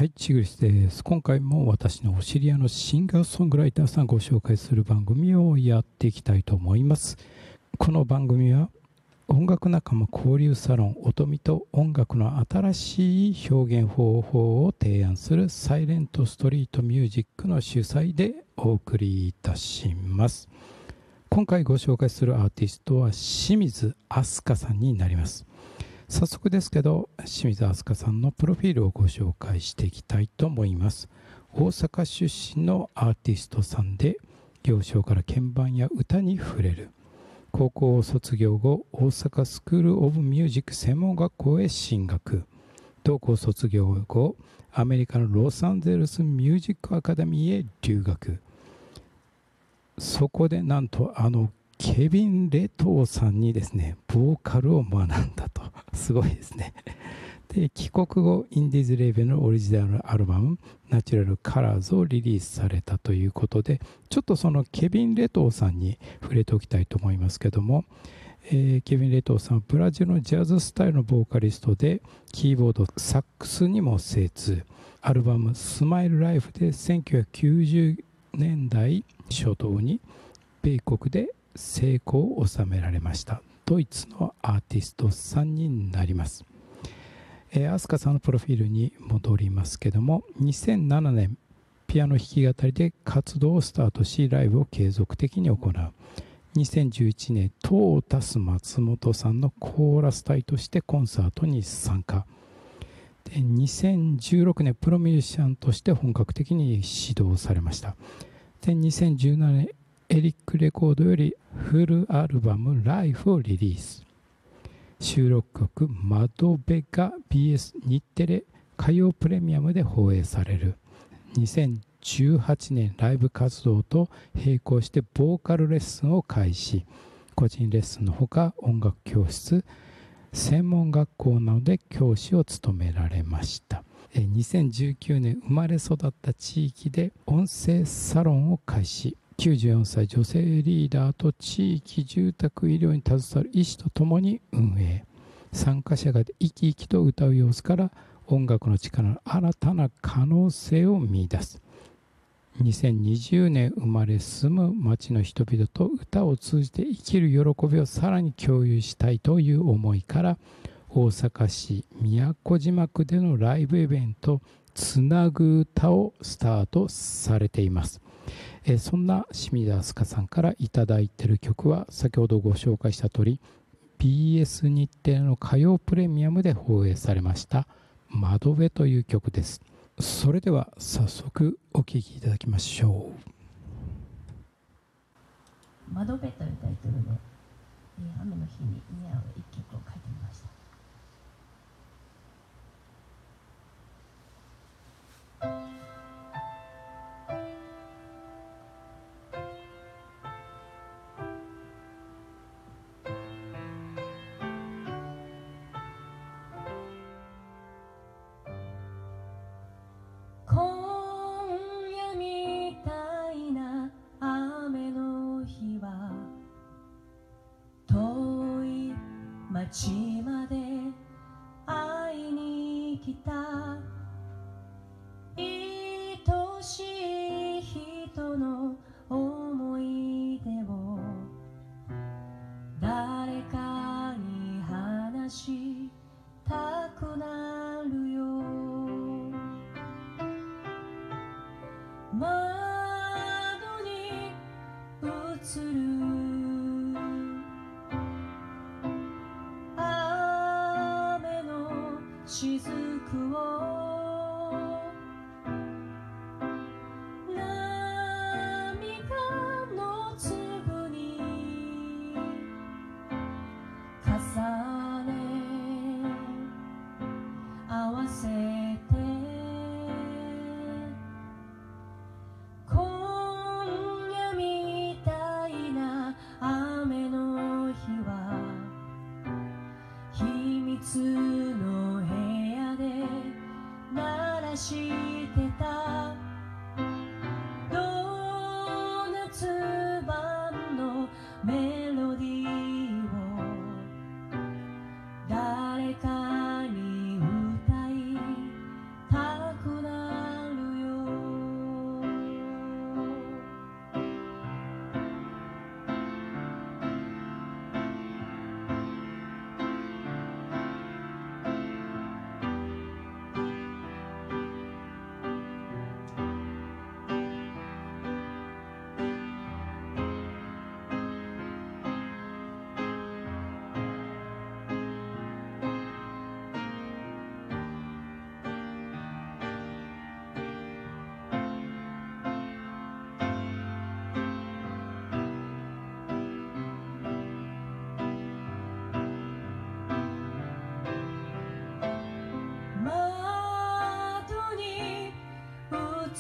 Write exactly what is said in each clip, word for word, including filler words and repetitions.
はい、ちぐりすです。今回も私のお知り合いのシンガーソングライターさんをご紹介する番組をやっていきたいと思います。この番組は音楽仲間交流サロン音見と音楽の新しい表現方法を提案するサイレントストリートミュージックの主催でお送りいたします。今回ご紹介するアーティストは清水飛鳥さんになります。早速ですけど、清水飛鳥さんのプロフィールをご紹介していきたいと思います。大阪出身のアーティストさんで、幼少から鍵盤や歌に触れる。高校を卒業後、大阪スクール・オブ・ミュージック専門学校へ進学。同校卒業後、アメリカのロサンゼルスミュージックアカデミーへ留学。そこでなんとあのケビン・レトーさんにですね、ボーカルを学んだと。すごいですね。で、帰国後、インディーズレーベルのオリジナルアルバム、ナチュラルカラーズをリリースされたということで、ちょっとそのケビン・レトーさんに触れておきたいと思いますけども、えー、ケビン・レトーさんはブラジルのジャズスタイルのボーカリストで、キーボード、サックスにも精通。アルバム、スマイル・ライフでせんきゅうひゃくきゅうじゅうねんだい初頭に、米国で成功を収められました。ドイツのアーティストさんになります。えー、飛鳥さんのプロフィールに戻りますけども、にせんななねん、ピアノ弾き語りで活動をスタートし、ライブを継続的に行う。にせんじゅういちねん、トータス松本さんのコーラス隊としてコンサートに参加。でにせんじゅうろくねん、プロミュージシャンとして本格的に指導されました。でにせんじゅうななねん、エリックレコードよりフルアルバム「ライフ」をリリース。収録曲「窓辺」が ビーエス 日テレ火曜プレミアムで放映される。にせんじゅうはちねん、ライブ活動と並行してボーカルレッスンを開始。個人レッスンのほか音楽教室、専門学校などで教師を務められました。にせんじゅうきゅうねん、生まれ育った地域で音声サロンを開始。きゅうじゅうよんさい女性リーダーと地域住宅医療に携わる医師とともに運営。参加者が生き生きと歌う様子から音楽の力の新たな可能性を見出す。にせんにじゅうねん、生まれ住む町の人々と歌を通じて生きる喜びをさらに共有したいという思いから、大阪市都島区でのライブイベントつなぐ歌をスタートされています。えー、そんな清水飛鳥さんからいただいている曲は、先ほどご紹介した通り ビーエス 日テレの火曜プレミアムで放映されました「窓辺」という曲です。それでは早速お聴きいただきましょう。窓辺というタイトルで、えー、雨の日に似合う一曲を書いてみました。街まで会いに来た愛しい人の思い出を誰かに話したくなるよ。窓に映る雫を涙の粒に重ね合わせて、今夜みたいな雨の日は秘密の部屋で鳴らしてたドーナツ版のメロディーを誰かに歌いたくなる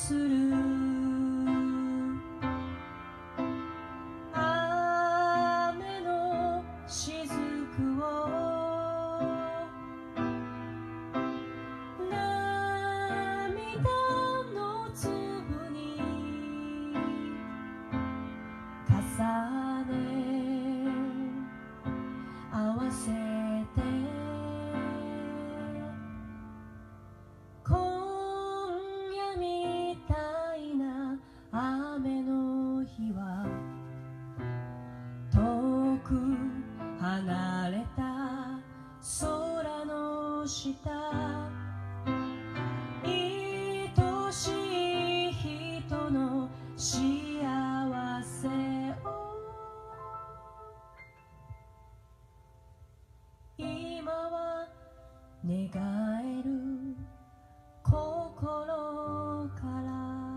する雨の雫を涙の粒に重ね合わせて今夜みたいな雨の日は遠く離れた空の下愛しい人の幸せを今は願える心から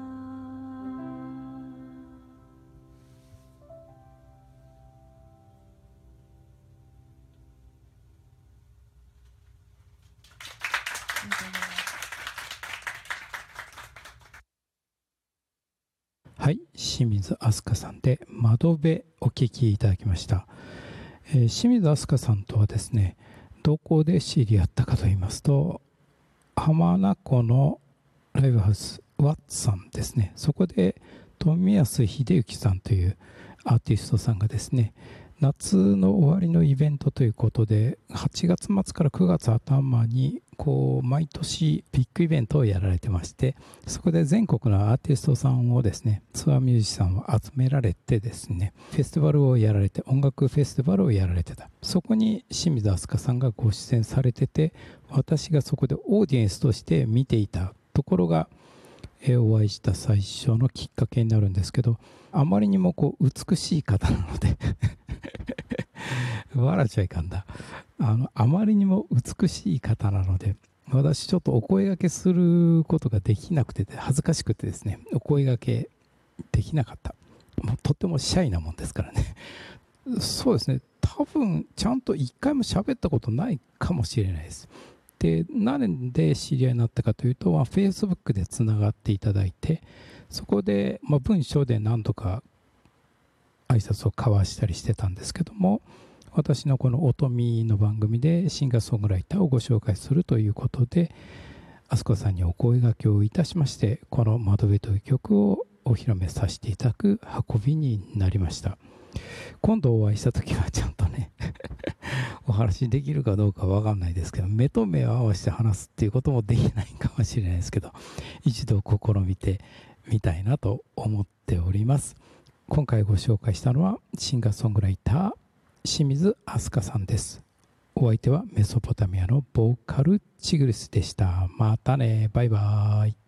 はい、清水飛鳥さんで窓辺お聴きいただきました。えー、清水飛鳥さんとはですね、どこで知り合ったかと言いますと、浜名湖のライブハウスワッツさんですね。そこで富安秀幸さんというアーティストさんがですね、夏の終わりのイベントということではちがつ末からくがつ頭にこう毎年ビッグイベントをやられてまして、そこで全国のアーティストさんをですね、ツアーミュージシャンを集められてですね、フェスティバルをやられて、音楽フェスティバルをやられてた。そこに清水飛鳥さんがご出演されてて、私がそこでオーディエンスとして見ていたところがお会いした最初のきっかけになるんですけど、あまりにもこう美しい方なので笑っちゃいかんだ。あのあまりにも美しい方なので、私ちょっとお声掛けすることができなくて、恥ずかしくてですね、お声掛けできなかった。もうとってもシャイなもんですからね。そうですね、多分ちゃんと一回も喋ったことないかもしれないです。で、何で知り合いになったかというと、まあ、Facebook でつながっていただいて、そこで、まあ、文章で何度か挨拶を交わしたりしてたんですけども、私のこの音見の番組でシンガーソングライターをご紹介するということで、飛鳥さんにお声掛けをいたしまして、この窓辺という曲をお披露目させていただく運びになりました。今度お会いした時はちゃんとねお話できるかどうかわかんないですけど、目と目を合わせて話すっていうこともできないかもしれないですけど、一度試みてみたいなと思っております。今回ご紹介したのはシンガーソングライター清水飛鳥さんです。お相手はメソポタミアのボーカルチグリスでした。またね、バイバーイ。